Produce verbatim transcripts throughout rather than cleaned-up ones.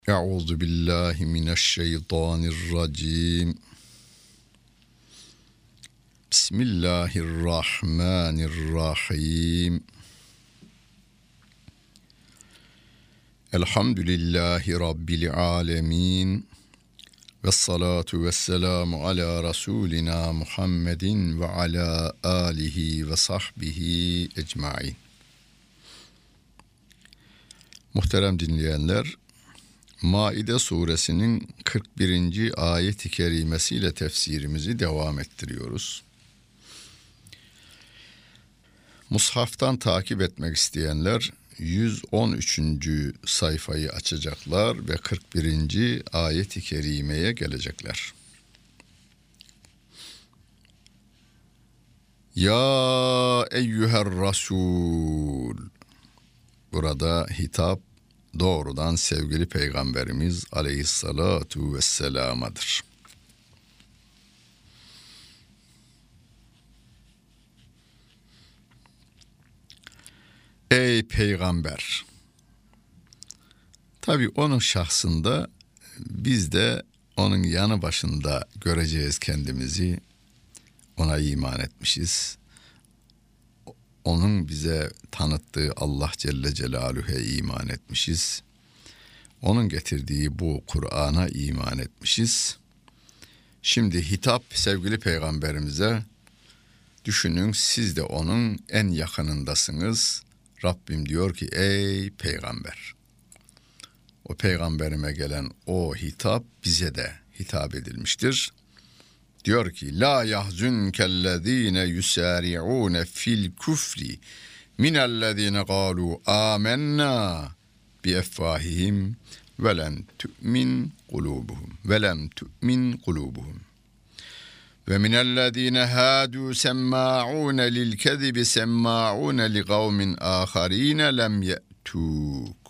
Euzu billahi mineşşeytanirracim. Bismillahirrahmanirrahim. Elhamdülillahi rabbil alamin. Vessalatu vesselamu ala rasulina Muhammedin ve ala alihi ve sahbihi ecmaîn. Muhterem dinleyenler, Maide suresinin kırk birinci ayet-i kerimesiyle tefsirimizi devam ettiriyoruz. Mushaftan takip etmek isteyenler yüz on üçüncü sayfayı açacaklar ve kırk birinci ayet-i kerimeye gelecekler. Ya eyyüher Rasul. Burada hitap doğrudan sevgili Peygamberimiz Aleyhissalatu vesselamadır. Ey Peygamber! Tabii onun şahsında biz de onun yanı başında göreceğiz kendimizi. Ona iman etmişiz. Onun bize tanıttığı Allah Celle Celaluhu'ya iman etmişiz. Onun getirdiği bu Kur'an'a iman etmişiz. Şimdi hitap sevgili Peygamberimize, düşünün siz de onun en yakınındasınız. Rabbim diyor ki ey Peygamber. O Peygamberime gelen o hitap bize de hitap edilmiştir. Diyor ki la yahzunkellezine yusari'un fil kufri minellezine qalu amennâ bi effahihim ve lem tu'min kulubuhum ve lem tu'min kulubuhum ve minellezine hadu semma'un lil kezibi semma'un li kavmin âkharîne lem ye'tûk.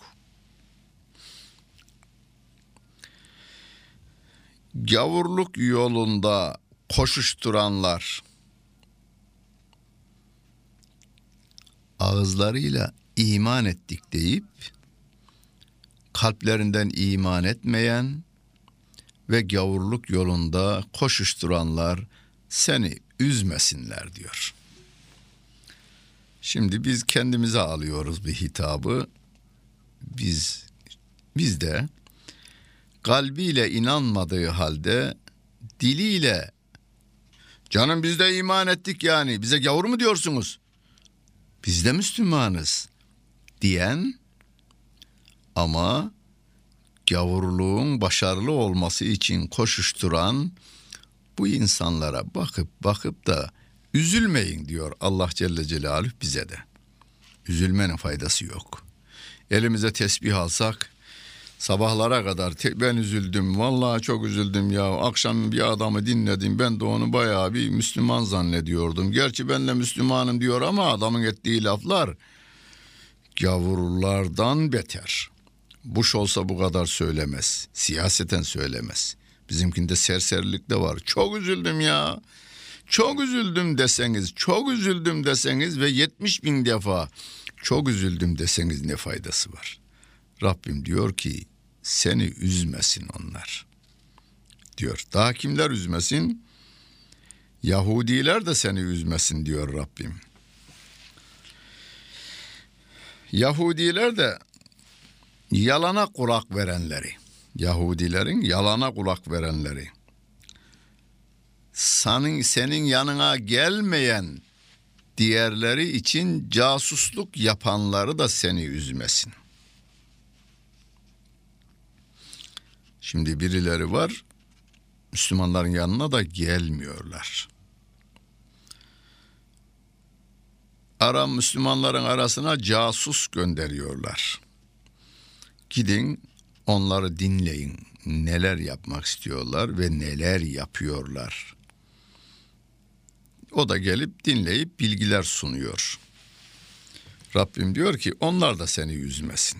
Gavurluk yolunda koşuşturanlar ağızlarıyla iman ettik deyip kalplerinden iman etmeyen ve gavurluk yolunda koşuşturanlar seni üzmesinler diyor. Şimdi biz kendimize alıyoruz bir hitabı. Biz biz de kalbiyle inanmadığı halde diliyle canım biz de iman ettik yani bize gavur mu diyorsunuz? Biz de Müslümanız diyen ama gavurluğun başarılı olması için koşuşturan bu insanlara bakıp bakıp da üzülmeyin diyor Allah Celle Celaluhu bize de. Üzülmenin faydası yok. Elimize tesbih alsak sabahlara kadar ben üzüldüm, vallahi çok üzüldüm ya. Akşam bir adamı dinledim, ben de onu bayağı bir Müslüman zannediyordum. Gerçi ben de Müslümanım diyor ama adamın ettiği laflar gavurlardan beter. Bush olsa bu kadar söylemez, siyaseten söylemez. Bizimkinde serserilik de var. Çok üzüldüm ya, çok üzüldüm deseniz, çok üzüldüm deseniz ve yetmiş bin defa çok üzüldüm deseniz ne faydası var? Rabbim diyor ki seni üzmesin onlar diyor. Daha kimler üzmesin? Yahudiler de seni üzmesin diyor Rabbim. Yahudiler de yalana kulak verenleri, Yahudilerin yalana kulak verenleri, senin, senin yanına gelmeyen diğerleri için casusluk yapanları da seni üzmesin. Şimdi birileri var, Müslümanların yanına da gelmiyorlar. Ara Müslümanların arasına casus gönderiyorlar. Gidin onları dinleyin. Neler yapmak istiyorlar ve neler yapıyorlar. O da gelip dinleyip bilgiler sunuyor. Rabbim diyor ki onlar da seni üzmesin.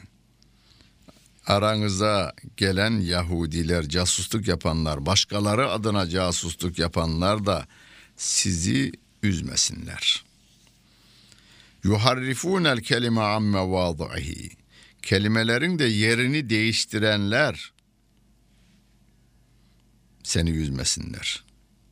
Aranıza gelen Yahudiler, casusluk yapanlar, başkaları adına casusluk yapanlar da sizi üzmesinler. Yuharrifunel kelime amme vâd'ihi. kelimelerin de yerini değiştirenler seni yüzmesinler.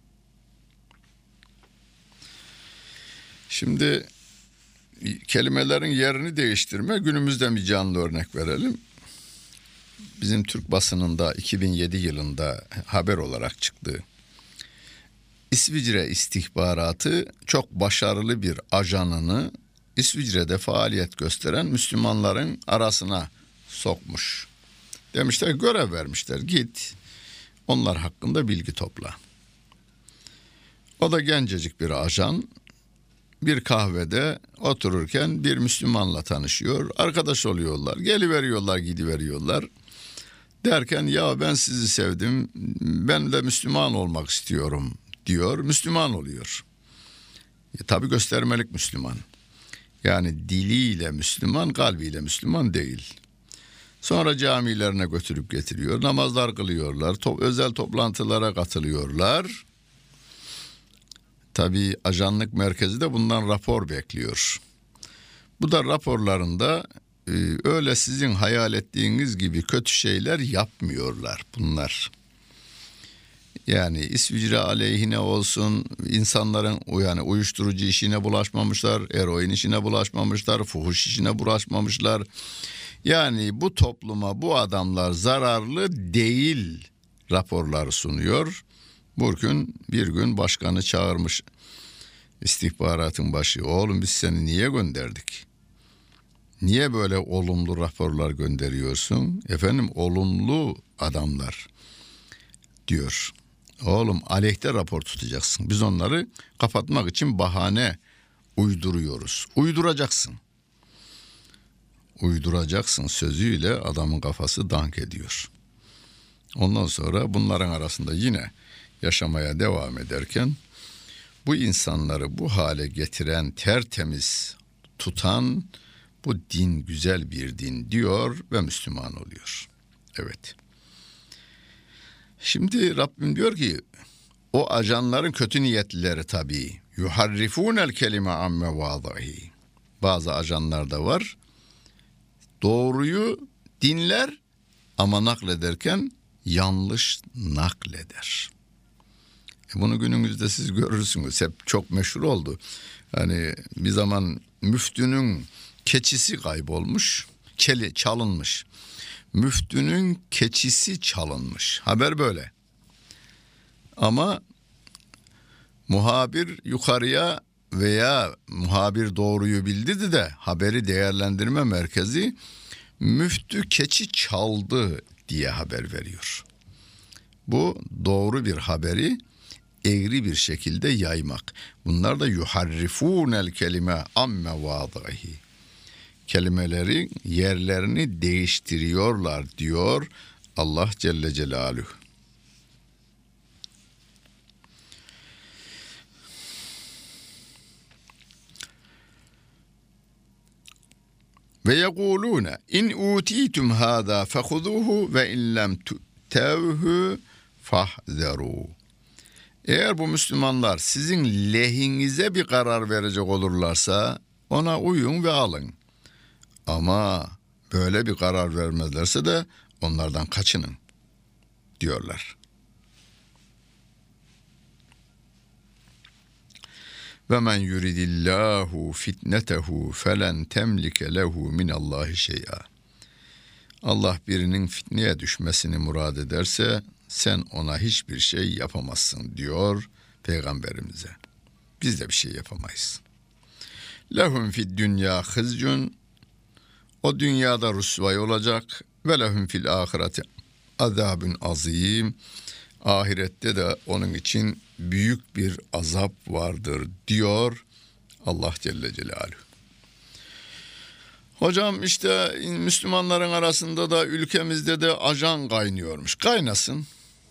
Şimdi kelimelerin yerini değiştirme, günümüzden bir canlı örnek verelim. Bizim Türk basınında iki bin yedi yılında haber olarak çıktı. İsviçre istihbaratı çok başarılı bir ajanını İsviçre'de faaliyet gösteren Müslümanların arasına sokmuş. Demişler, görev vermişler, git onlar hakkında bilgi topla. O da gencecik bir ajan, bir kahvede otururken bir Müslümanla tanışıyor, arkadaş oluyorlar, geliveriyorlar, gidiveriyorlar. Derken ya ben sizi sevdim, ben de Müslüman olmak istiyorum diyor, Müslüman oluyor. E, tabii göstermelik Müslüman. Yani diliyle Müslüman, kalbiyle Müslüman değil. Sonra camilerine götürüp getiriyor, namazlar kılıyorlar, to- özel toplantılara katılıyorlar. Tabii ajanlık merkezi de bundan rapor bekliyor. Bu da raporlarında e, öyle sizin hayal ettiğiniz gibi kötü şeyler yapmıyorlar bunlar. Yani İsviçre aleyhine olsun, insanların yani uyuşturucu işine bulaşmamışlar, eroin işine bulaşmamışlar, fuhuş işine bulaşmamışlar. Yani bu topluma bu adamlar zararlı değil raporlar sunuyor. Bugün bir gün başkanı çağırmış istihbaratın başı. Oğlum biz seni niye gönderdik? Niye böyle olumlu raporlar gönderiyorsun? Efendim olumlu adamlar diyor. Oğlum aleyhte rapor tutacaksın. Biz onları kapatmak için bahane uyduruyoruz. Uyduracaksın. Uyduracaksın sözüyle adamın kafası dank ediyor. Ondan sonra bunların arasında yine yaşamaya devam ederken bu insanları bu hale getiren, tertemiz tutan bu din güzel bir din diyor ve Müslüman oluyor. Evet. Şimdi Rabbim diyor ki o ajanların kötü niyetlileri tabii. Yuharrifunel kelime an mevadihi. Bazı ajanlar da var. Doğruyu dinler ama naklederken yanlış nakleder. E bunu günümüzde siz görürsünüz. Hep çok meşhur oldu. Hani bir zaman müftünün keçisi kaybolmuş, keli çalınmış. Müftünün keçisi çalınmış. Haber böyle. Ama muhabir yukarıya veya muhabir doğruyu bildirdi de haberi değerlendirme merkezi müftü keçi çaldı diye haber veriyor. Bu doğru bir haberi eğri bir şekilde yaymak. Bunlar da yuharrifunel kelime an mevadihi. Kelimeleri yerlerini değiştiriyorlar diyor Allah Celle Celaluhu. Ve yekulune in utitum hâzâ fehudûhu ve in lem tu'tevhu fahzerû. Eğer bu Müslümanlar sizin lehinize bir karar verecek olurlarsa ona uyun ve alın. Ama böyle bir karar vermezlerse de onlardan kaçının diyorlar. Ve men yuridillahu fitnetehu felen temlike lehu minallahi şey'a. Allah birinin fitneye düşmesini murad ederse sen ona hiçbir şey yapamazsın diyor Peygamberimize. Biz de bir şey yapamayız. Lehum fid dünya hızcun. O dünyada rüsvay olacak. Ve lehum fil ahireti azabun azim. Ahirette de onun için büyük bir azap vardır diyor Allah Celle Celaluhu. Hocam işte Müslümanların arasında da ülkemizde de ajan kaynıyormuş. Kaynasın.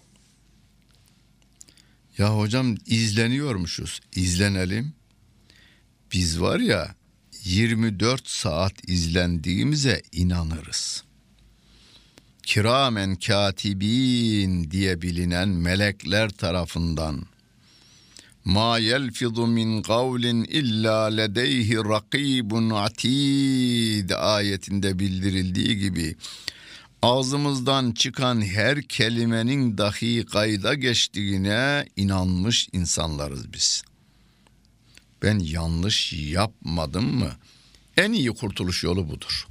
Ya hocam izleniyormuşuz. İzlenelim. Biz var ya yirmi dört saat izlendiğimize inanırız. Kiramen katibin diye bilinen melekler tarafından Ma yelfizu min kavlin illa ledeyhi rakibun atid ayetinde bildirildiği gibi ağzımızdan çıkan her kelimenin dahi kayda geçtiğine inanmış insanlarız biz. Ben yanlış yapmadım mı? En iyi kurtuluş yolu budur.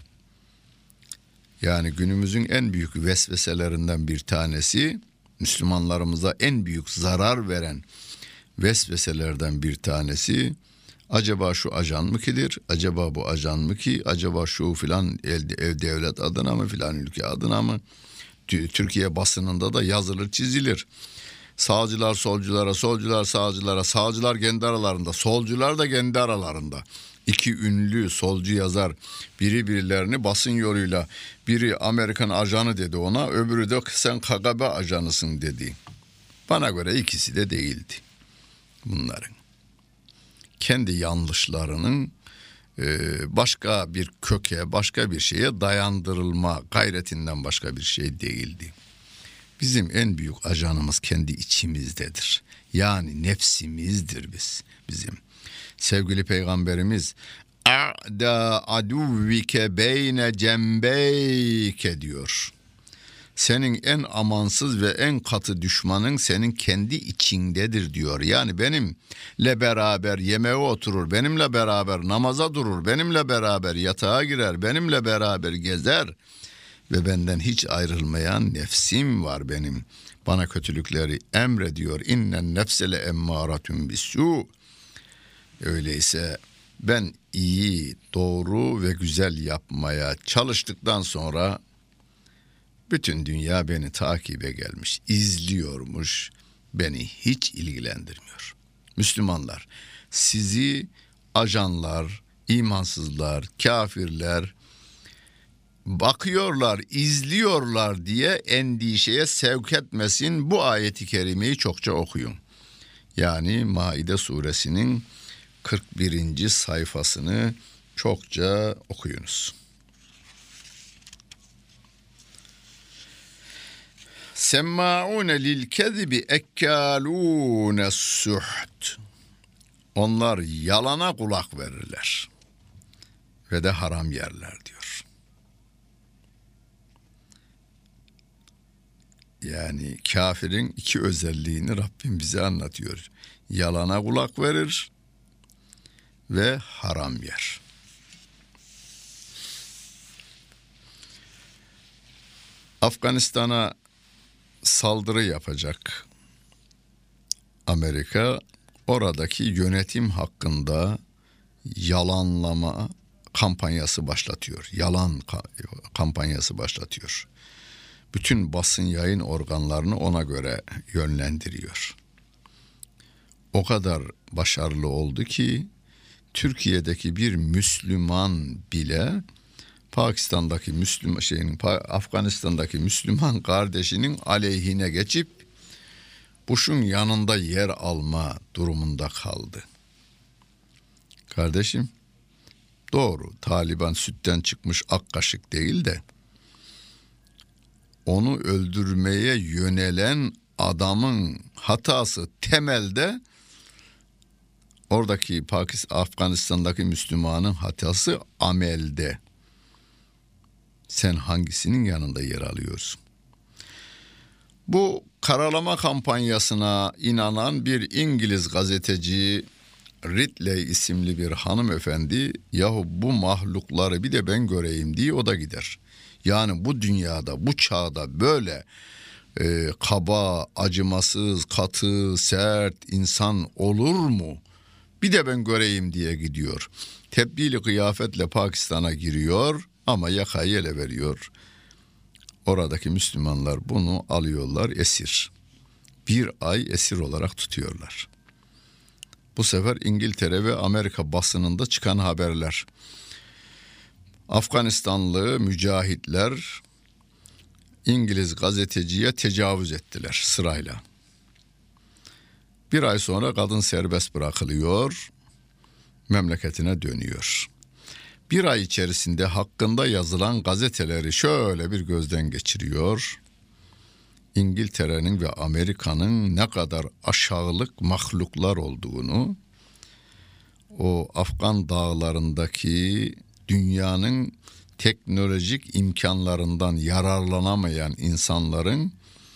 Yani günümüzün en büyük vesveselerinden bir tanesi, Müslümanlarımıza en büyük zarar veren vesveselerden bir tanesi, acaba şu ajan mı kidir? Acaba bu ajan mı ki? Acaba şu filan ev, ev devlet adına mı, filan ülke adına mı? Türkiye basınında da yazılır, çizilir. Sağcılar solculara, solcular sağcılara, sağcılar kendi aralarında, solcular da kendi aralarında. İki ünlü solcu yazar, biri birilerini basın yoluyla, biri Amerikan ajanı dedi ona, öbürü de sen K G B ajanısın dedi. Bana göre ikisi de değildi bunların. Kendi yanlışlarının başka bir köke, başka bir şeye dayandırılma gayretinden başka bir şey değildi. Bizim en büyük ajanımız kendi içimizdedir. Yani nefsimizdir biz, bizim. Sevgili Peygamberimiz "A'da aduvvike beyne cembeyke" diyor. Senin en amansız ve en katı düşmanın senin kendi içindedir diyor. Yani benimle beraber yemeğe oturur, benimle beraber namaza durur, benimle beraber yatağa girer, benimle beraber gezer ve benden hiç ayrılmayan nefsim var benim. Bana kötülükleri emrediyor. İnnen nefsele emmâratun bisû. Öyleyse ben iyi, doğru ve güzel yapmaya çalıştıktan sonra bütün dünya beni takibe gelmiş, izliyormuş, beni hiç ilgilendirmiyor. Müslümanlar, sizi ajanlar, imansızlar, kafirler bakıyorlar, izliyorlar diye endişeye sevk etmesin. Bu ayeti kerimeyi çokça okuyun. Yani Maide suresinin kırk birinci sayfasını çokça okuyunuz. Semmâ'ûne lil kezibi ekkâlûne suht. Onlar yalana kulak verirler ve de haram yerler diyor. Yani kafirin iki özelliğini Rabbim bize anlatıyor. Yalana kulak verir ve haram yer. Afganistan'a saldırı yapacak Amerika, oradaki yönetim hakkında yalanlama kampanyası başlatıyor. Yalan kampanyası başlatıyor. Bütün basın yayın organlarını ona göre yönlendiriyor. O kadar başarılı oldu ki Türkiye'deki bir Müslüman bile Pakistan'daki Müslüman şeyin Afganistan'daki Müslüman kardeşinin aleyhine geçip Bush'un yanında yer alma durumunda kaldı. Kardeşim, doğru, Taliban sütten çıkmış ak kaşık değil de onu öldürmeye yönelen adamın hatası temelde oradaki Pakistan, Afganistan'daki Müslümanın hatası amelde. Sen hangisinin yanında yer alıyorsun? Bu karalama kampanyasına inanan bir İngiliz gazeteci Ridley isimli bir hanımefendi, yahu bu mahlukları bir de ben göreyim diye o da gider. Yani bu dünyada, bu çağda böyle e, kaba, acımasız, katı, sert insan olur mu? Bir de ben göreyim diye gidiyor. Tebdili kıyafetle Pakistan'a giriyor ama yakayı ele veriyor. Oradaki Müslümanlar bunu alıyorlar esir. Bir ay esir olarak tutuyorlar. Bu sefer İngiltere ve Amerika basınında çıkan haberler. Afganistanlı mücahitler İngiliz gazeteciye tecavüz ettiler sırayla. Bir ay sonra kadın serbest bırakılıyor, memleketine dönüyor. Bir ay içerisinde hakkında yazılan gazeteleri şöyle bir gözden geçiriyor. İngiltere'nin ve Amerika'nın ne kadar aşağılık mahluklar olduğunu, o Afgan dağlarındaki dünyanın teknolojik imkanlarından yararlanamayan insanların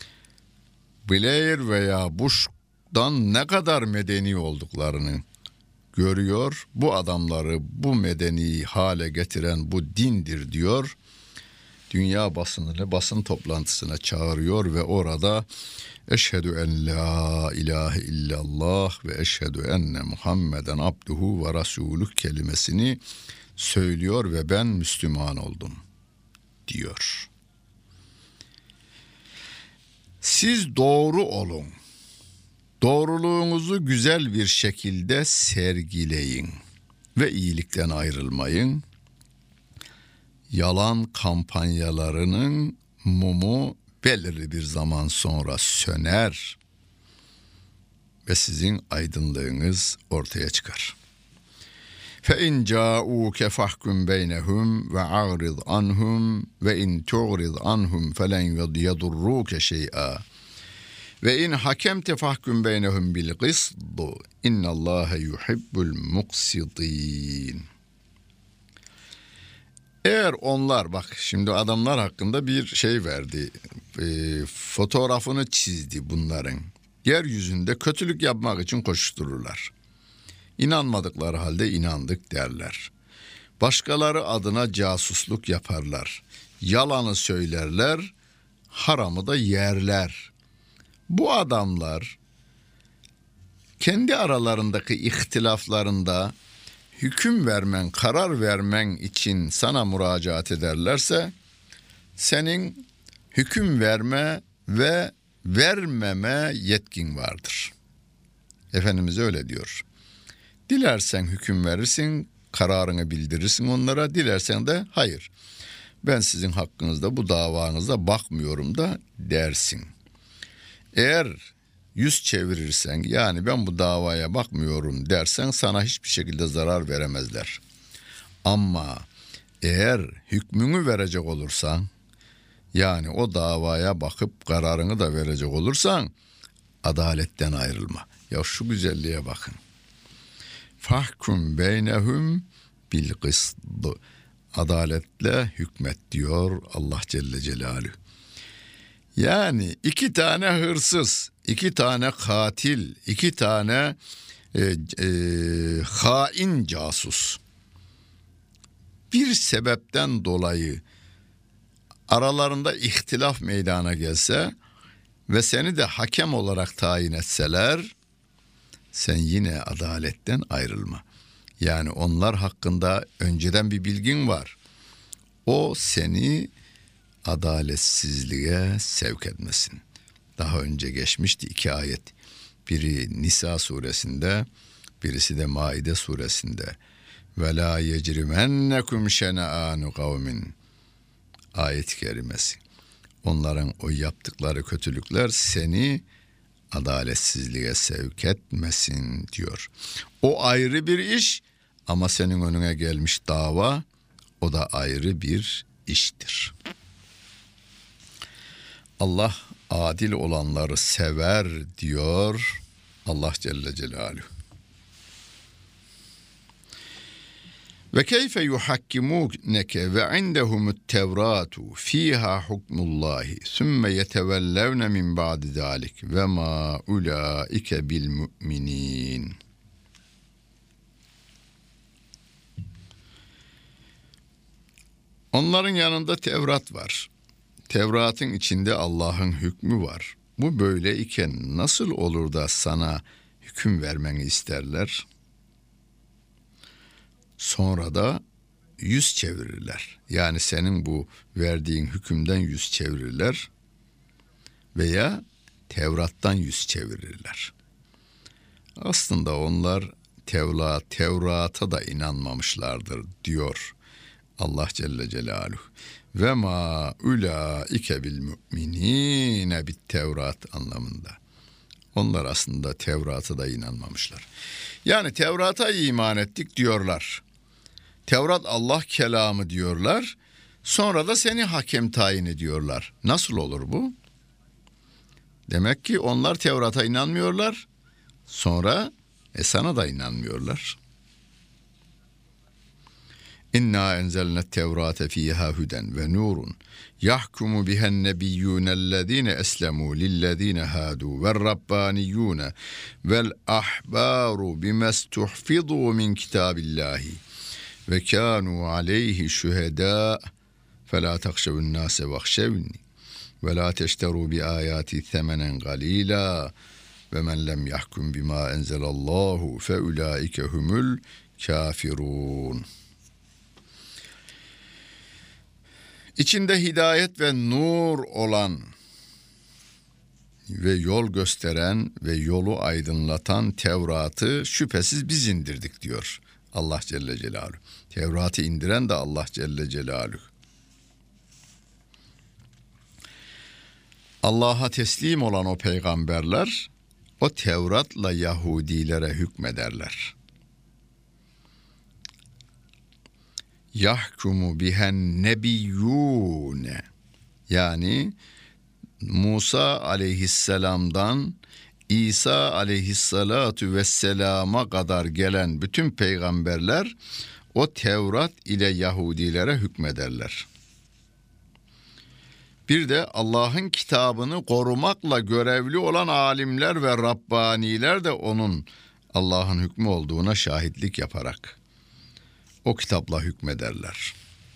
Blair veya Bush'dan ne kadar medeni olduklarını görüyor. Bu adamları bu medeni hale getiren bu dindir diyor. Dünya basınını basın toplantısına çağırıyor ve orada eşhedü en la ilahe illallah ve eşhedü enne Muhammeden abduhu ve rasuluh kelimesini söylüyor ve ben Müslüman oldum diyor. Siz doğru olun. Doğruluğunuzu güzel bir şekilde sergileyin ve iyilikten ayrılmayın. Yalan kampanyalarının mumu belirli bir zaman sonra söner ve sizin aydınlığınız ortaya çıkar. فَاِنْ جَاءُوكَ فَحْكُمْ بَيْنَهُمْ وَاَعْرِضْ عَنْهُمْ وَاِنْ تُعْرِضْ عَنْهُمْ فَلَنْ يَضُرُّوكَ شَيْئًا وَاِنْ حَكَمْتَ فَحْكُمْ بَيْنَهُمْ بِالْقِسْطِ اِنَّ اللّٰهَ يُحِبُّ الْمُقْسِطِينَ. Eğer onlar, bak şimdi adamlar hakkında bir şey verdi, e, fotoğrafını çizdi bunların. Yeryüzünde kötülük yapmak için koştururlar. İnanmadıkları halde inandık derler. Başkaları adına casusluk yaparlar. Yalanı söylerler, haramı da yerler. Bu adamlar kendi aralarındaki ihtilaflarında hüküm vermen, karar vermen için sana müracaat ederlerse senin hüküm verme ve vermeme yetkin vardır. Efendimiz öyle diyor. Dilersen hüküm verirsin, kararını bildirirsin onlara, dilersen de hayır. Ben sizin hakkınızda bu davanıza bakmıyorum da dersin. Eğer yüz çevirirsen, yani ben bu davaya bakmıyorum dersen sana hiçbir şekilde zarar veremezler. Ama eğer hükmünü verecek olursan, yani o davaya bakıp kararını da verecek olursan adaletten ayrılma. Ya şu güzelliğe bakın. Fahkum beynehum bil kıst. Adaletle hükmet diyor Allah Celle Celaluhu. Yani iki tane hırsız, iki tane katil, iki tane e, e, hain casus bir sebepten dolayı aralarında ihtilaf meydana gelse ve seni de hakem olarak tayin etseler, sen yine adaletten ayrılma. Yani onlar hakkında önceden bir bilgin var. O seni adaletsizliğe sevk etmesin. Daha önce geçmişti iki ayet. Biri Nisa suresinde, birisi de Maide suresinde. Ve la yecrimennekum şena'anu kavmin. Ayet-i kerimesi. Onların o yaptıkları kötülükler seni adaletsizliğe sevk etmesin diyor. O ayrı bir iş ama senin önüne gelmiş dava, o da ayrı bir iştir. Allah adil olanları sever diyor Allah Celle Celaluhu. Ve keyfe yuhakkimunke ve indehumut tevratu fiha hukmullahi sümme yetevellevne min ba'di zalik ve ma ulaike bil mu'minin. Onların yanında Tevrat var. Tevrat'ın içinde Allah'ın hükmü var. Bu böyle iken nasıl olur da sana hüküm vermeni isterler? Sonra da yüz çevirirler. Yani senin bu verdiğin hükümden yüz çevirirler veya Tevrat'tan yüz çevirirler. Aslında onlar Tevrat, Tevrat'a da inanmamışlardır diyor Allah Celle Celaluhu. Ve ma ulaike bil mu'minine bit Tevrat anlamında. Onlar aslında Tevrat'a da inanmamışlar. Yani Tevrat'a iman ettik diyorlar. Tevrat Allah kelamı diyorlar. Sonra da seni hakem tayin ediyorlar. Nasıl olur bu? Demek ki onlar Tevrat'a inanmıyorlar. Sonra e sana da inanmıyorlar. İnna enzelne tevrate fiha huden ve nurun yahkumu bihen nebiyyunellezine eslemu lillezine hadu ve rabbaniyyune vel ahbaru bimestuhfizu min kitabillahi ve kanu aleyhi şühedâ felâ takşevun nâse vahşevni ve lâ teşterû bi âyâti themenen galîlâ ve men lem yahkum bima enzelallahu fe ulaike humul kafirun. İçinde hidayet ve nur olan ve yol gösteren ve yolu aydınlatan Tevrat'ı şüphesiz biz indirdik diyor Allah Celle Celaluhu. Tevrat'ı indiren de Allah Celle Celaluhu. Allah'a teslim olan o peygamberler o Tevrat'la Yahudilere hükmederler. Yahkumu bihen nebiyyune, yani Musa aleyhisselamdan İsa aleyhissalatu vesselama kadar gelen bütün peygamberler o Tevrat ile Yahudilere hükmederler. Bir de Allah'ın kitabını korumakla görevli olan alimler ve Rabbaniler de onun Allah'ın hükmü olduğuna şahitlik yaparak o kitapla hükmederler.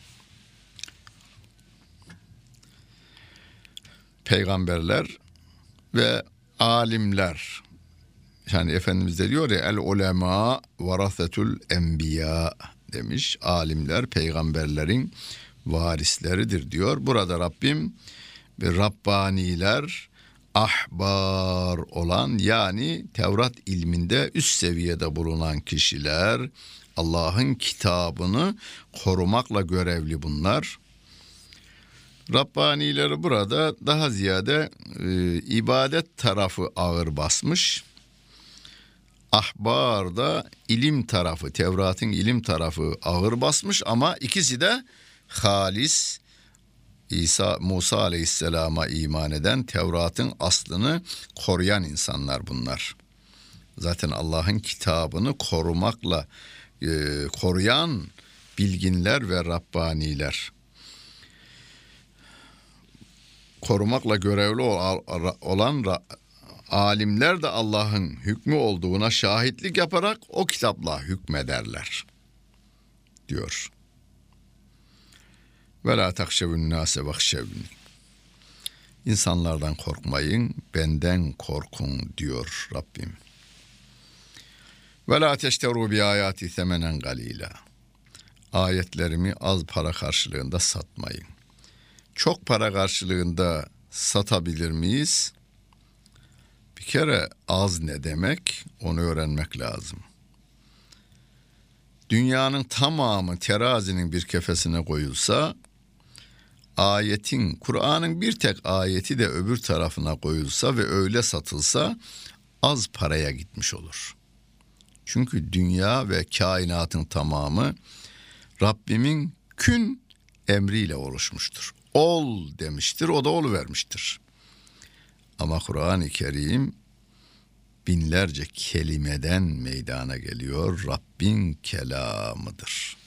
Peygamberler ve alimler, yani Efendimiz de diyor ya, el ulema varasetul enbiya demiş. Alimler peygamberlerin varisleridir diyor. Burada Rabbim ve Rabbaniler, ahbar olan, yani Tevrat ilminde üst seviyede bulunan kişiler, Allah'ın kitabını korumakla görevli bunlar. Rabbanileri burada daha ziyade e, ibadet tarafı ağır basmış. Ahbar da ilim tarafı, Tevrat'ın ilim tarafı ağır basmış, ama ikisi de halis, İsa, Musa Aleyhisselam'a iman eden, Tevrat'ın aslını koruyan insanlar bunlar. Zaten Allah'ın kitabını korumakla e, koruyan bilginler ve Rabbaniler. Korumakla görevli olan alimler de Allah'ın hükmü olduğuna şahitlik yaparak o kitapla hükmederler diyor. Ve la takşevun nase vahşevni. İnsanlardan korkmayın, benden korkun diyor Rabbim. Ve la teşteru bi ayati semenen galila. Ayetlerimi az para karşılığında satmayın. Çok para karşılığında satabilir miyiz? Bir kere az ne demek? Onu öğrenmek lazım. Dünyanın tamamı terazinin bir kefesine koyulsa, ayetin, Kur'an'ın bir tek ayeti de öbür tarafına koyulsa ve öyle satılsa az paraya gitmiş olur. Çünkü dünya ve kainatın tamamı Rabbimin kün emriyle oluşmuştur. Ol demiştir, o da oluvermiştir. Ama Kur'an-ı Kerim binlerce kelimeden meydana geliyor. Rabbin kelamıdır.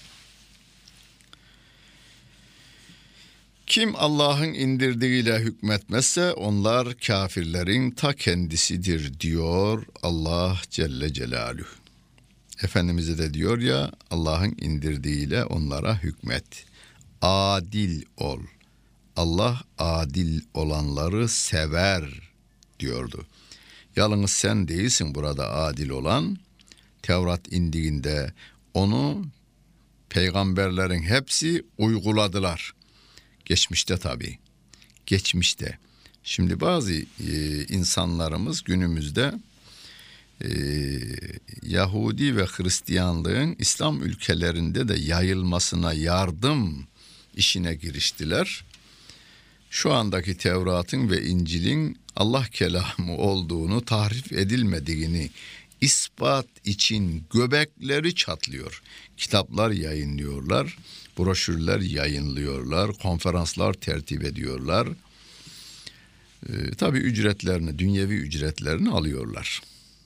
Kim Allah'ın indirdiğiyle hükmetmezse onlar kafirlerin ta kendisidir diyor Allah Celle Celaluhu. Efendimiz'e de diyor ya, Allah'ın indirdiğiyle onlara hükmet. Adil ol. Allah adil olanları sever diyordu. Yalnız sen değilsin burada adil olan. Tevrat indiğinde onu peygamberlerin hepsi uyguladılar. Geçmişte tabii. Geçmişte. Şimdi bazı e, insanlarımız günümüzde e, Yahudi ve Hristiyanlığın İslam ülkelerinde de yayılmasına yardım işine giriştiler. Şu andaki Tevrat'ın ve İncil'in Allah kelamı olduğunu, tahrif edilmediğini ispat için göbekleri çatlıyor. Kitaplar yayınlıyorlar, broşürler yayınlıyorlar, konferanslar tertip ediyorlar. E, tabii ücretlerini, dünyevi ücretlerini alıyorlar.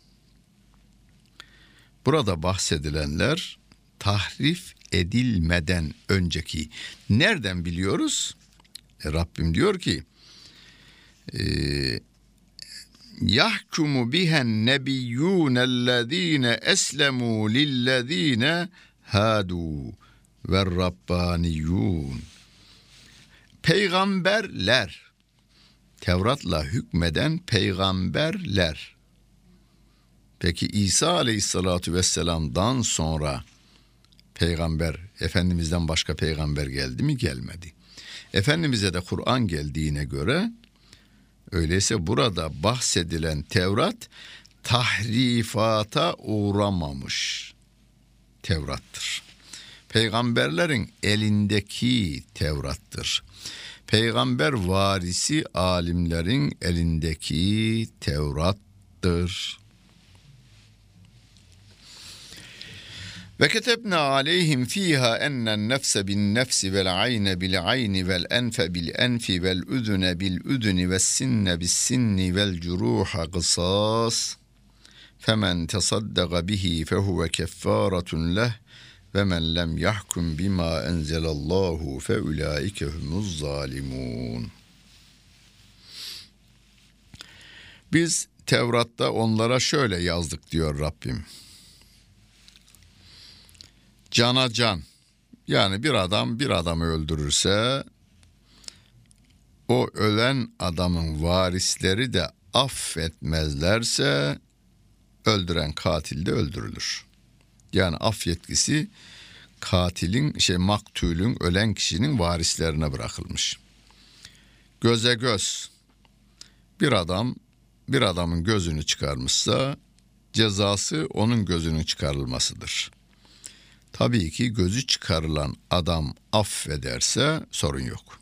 Burada bahsedilenler tahrif edilmeden önceki. Nereden biliyoruz? E, Rabbim diyor ki e, yahkumu bihen nebiyyûnellezîne eslemû lillezîne hâdû ve rabbaniyyûn. Peygamberler, Tevrat'la hükmeden peygamberler. Peki İsa aleyhissalatu vesselam'dan sonra peygamber, Efendimiz'den başka peygamber geldi mi? Gelmedi. Efendimiz'e de Kur'an geldiğine göre, öyleyse burada bahsedilen Tevrat tahrifata uğramamış Tevrat'tır. Peygamberlerin elindeki Tevrat'tır. Peygamber varisi alimlerin elindeki Tevrat'tır. Ve ketebna aleyhim fiha ennen nefse bin nefsi vel ayne bil ayni vel enfe bil enfi vel udune bil uduni ves sinne bis sinni vel curuha kısas. Femen tasaddaga bihi fehuve keffaratun leh ve men lem yahkum bima enzelallahu fe ulaike humuz zalimun. Biz Tevrat'ta onlara şöyle yazdık diyor Rabbim. Cana can, yani bir adam bir adamı öldürürse o ölen adamın varisleri de affetmezlerse öldüren katil de öldürülür. Yani af yetkisi katilin, şey maktulün, ölen kişinin varislerine bırakılmış. Göze göz, bir adam bir adamın gözünü çıkarmışsa cezası onun gözünün çıkarılmasıdır. Tabii ki gözü çıkarılan adam affederse sorun yok.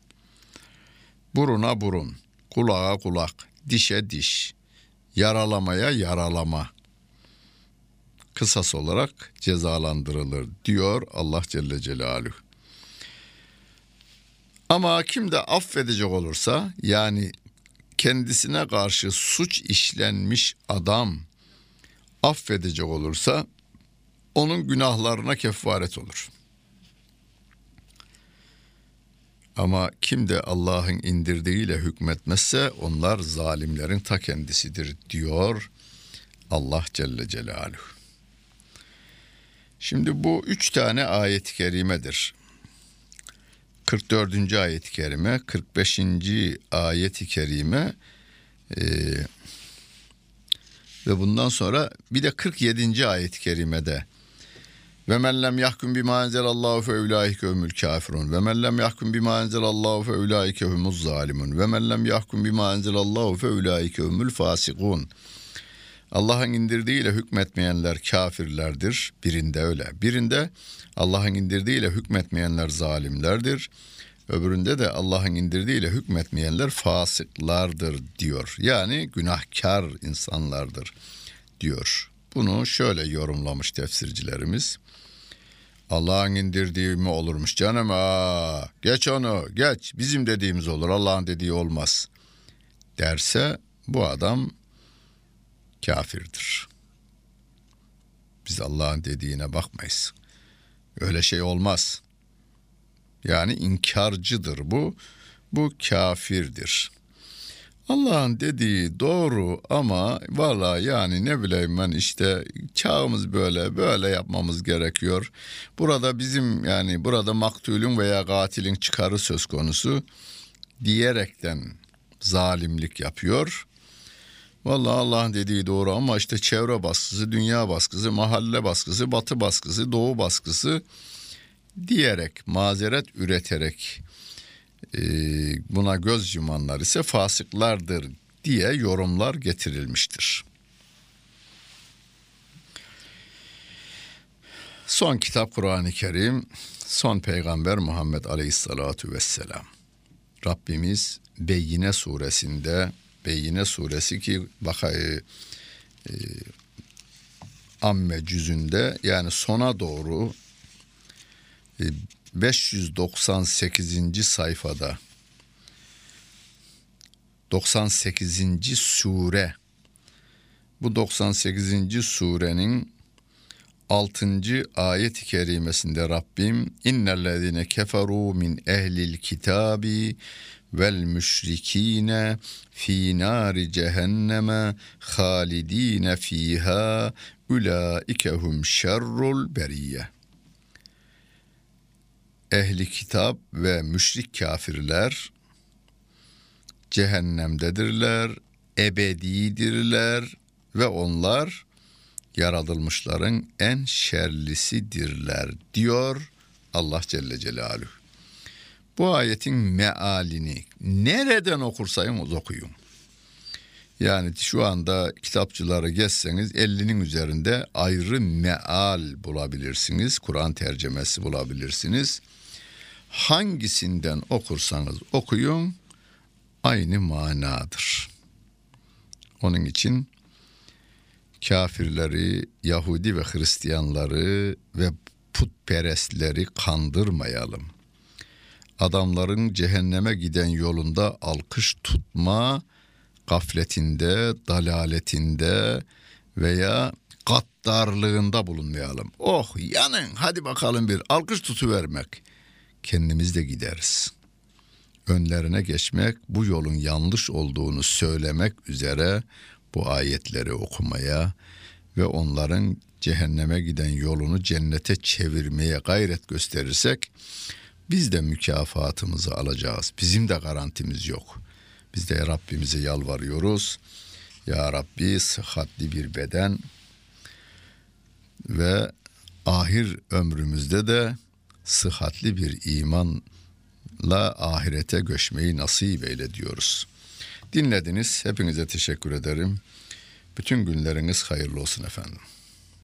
Buruna burun, kulağa kulak, dişe diş, yaralamaya yaralama kısas olarak cezalandırılır diyor Allah Celle Celaluhu. Ama kim de affedecek olursa, yani kendisine karşı suç işlenmiş adam affedecek olursa onun günahlarına kefaret olur. Ama kim de Allah'ın indirdiğiyle hükmetmezse onlar zalimlerin ta kendisidir diyor Allah Celle Celaluhu. Şimdi bu üç tane ayet-i kerimedir. kırk dördüncü ayet-i kerime, kırk beşinci ayet-i kerime e, ve bundan sonra bir de kırk yedinci ayet-i kerimede ve men lem yahkum bima enzelallahu fe ulaike humul kafirun ve men lem yahkum bima enzelallahu fe ulaike humuz zalimun ve men lem yahkum bima enzelallahu fe ulaike humul fasikun. Allah'ın indirdiğiyle hükmetmeyenler kafirlerdir. Birinde öyle. Birinde Allah'ın indirdiğiyle hükmetmeyenler zalimlerdir. Öbüründe de Allah'ın indirdiğiyle hükmetmeyenler fasıklardır diyor. Yani günahkar insanlardır diyor. Bunu şöyle yorumlamış tefsircilerimiz. Allah'ın indirdiği mi olurmuş canım? Aa, geç onu, geç. Bizim dediğimiz olur, Allah'ın dediği olmaz derse bu adam kafirdir. Biz Allah'ın dediğine bakmayız. Öyle şey olmaz. Yani inkarcıdır bu. Bu kafirdir. Allah'ın dediği doğru ama vallahi yani ne bileyim ben, işte çağımız böyle böyle yapmamız gerekiyor. Burada bizim, yani burada maktulün veya katilin çıkarı söz konusu diyerekten zalimlik yapıyor. Vallahi Allah'ın dediği doğru ama işte çevre baskısı, dünya baskısı, mahalle baskısı, batı baskısı, doğu baskısı diyerek, mazeret üreterek e, buna göz yumanlar ise fasıklardır diye yorumlar getirilmiştir. Son kitap Kur'an-ı Kerim, son peygamber Muhammed Aleyhissalatu vesselam. Rabbimiz Beyyine suresinde, Beyyine suresi ki bakayı e, Amme cüzünde, yani sona doğru e, beş yüz doksan sekizinci sayfada doksan sekizinci sure. Bu doksan sekizinci surenin altıncı ayet-i kerimesinde Rabbim innellezine keferu min ehlil kitabi vel müşrikine fi nari cehenneme halidine fiha ulaike hum şerrul beriyye. Ehli kitap ve müşrik kafirler cehennemdedirler, ebedidirler ve onlar yaratılmışların en şerlisidirler diyor Allah Celle Celaluhu. Bu ayetin mealini nereden okursanız okuyun. Yani şu anda kitapçıları gezseniz ellinin üzerinde ayrı meal bulabilirsiniz. Kur'an tercümesi bulabilirsiniz. Hangisinden okursanız okuyun aynı manadır. Onun için kafirleri, Yahudi ve Hristiyanları ve putperestleri kandırmayalım. Adamların cehenneme giden yolunda alkış tutma gafletinde, dalaletinde veya gaddarlığında bulunmayalım. Oh yanın hadi bakalım bir alkış tutuvermek. Kendimiz de gideriz. Önlerine geçmek, bu yolun yanlış olduğunu söylemek üzere bu ayetleri okumaya ve onların cehenneme giden yolunu cennete çevirmeye gayret gösterirsek biz de mükafatımızı alacağız. Bizim de garantimiz yok. Biz de Rabbimize yalvarıyoruz. Ya Rabbi sıhhatli bir beden ve ahir ömrümüzde de sıhhatli bir imanla ahirete göçmeyi nasip eyle diyoruz. Dinlediniz. Hepinize teşekkür ederim. Bütün günleriniz hayırlı olsun efendim.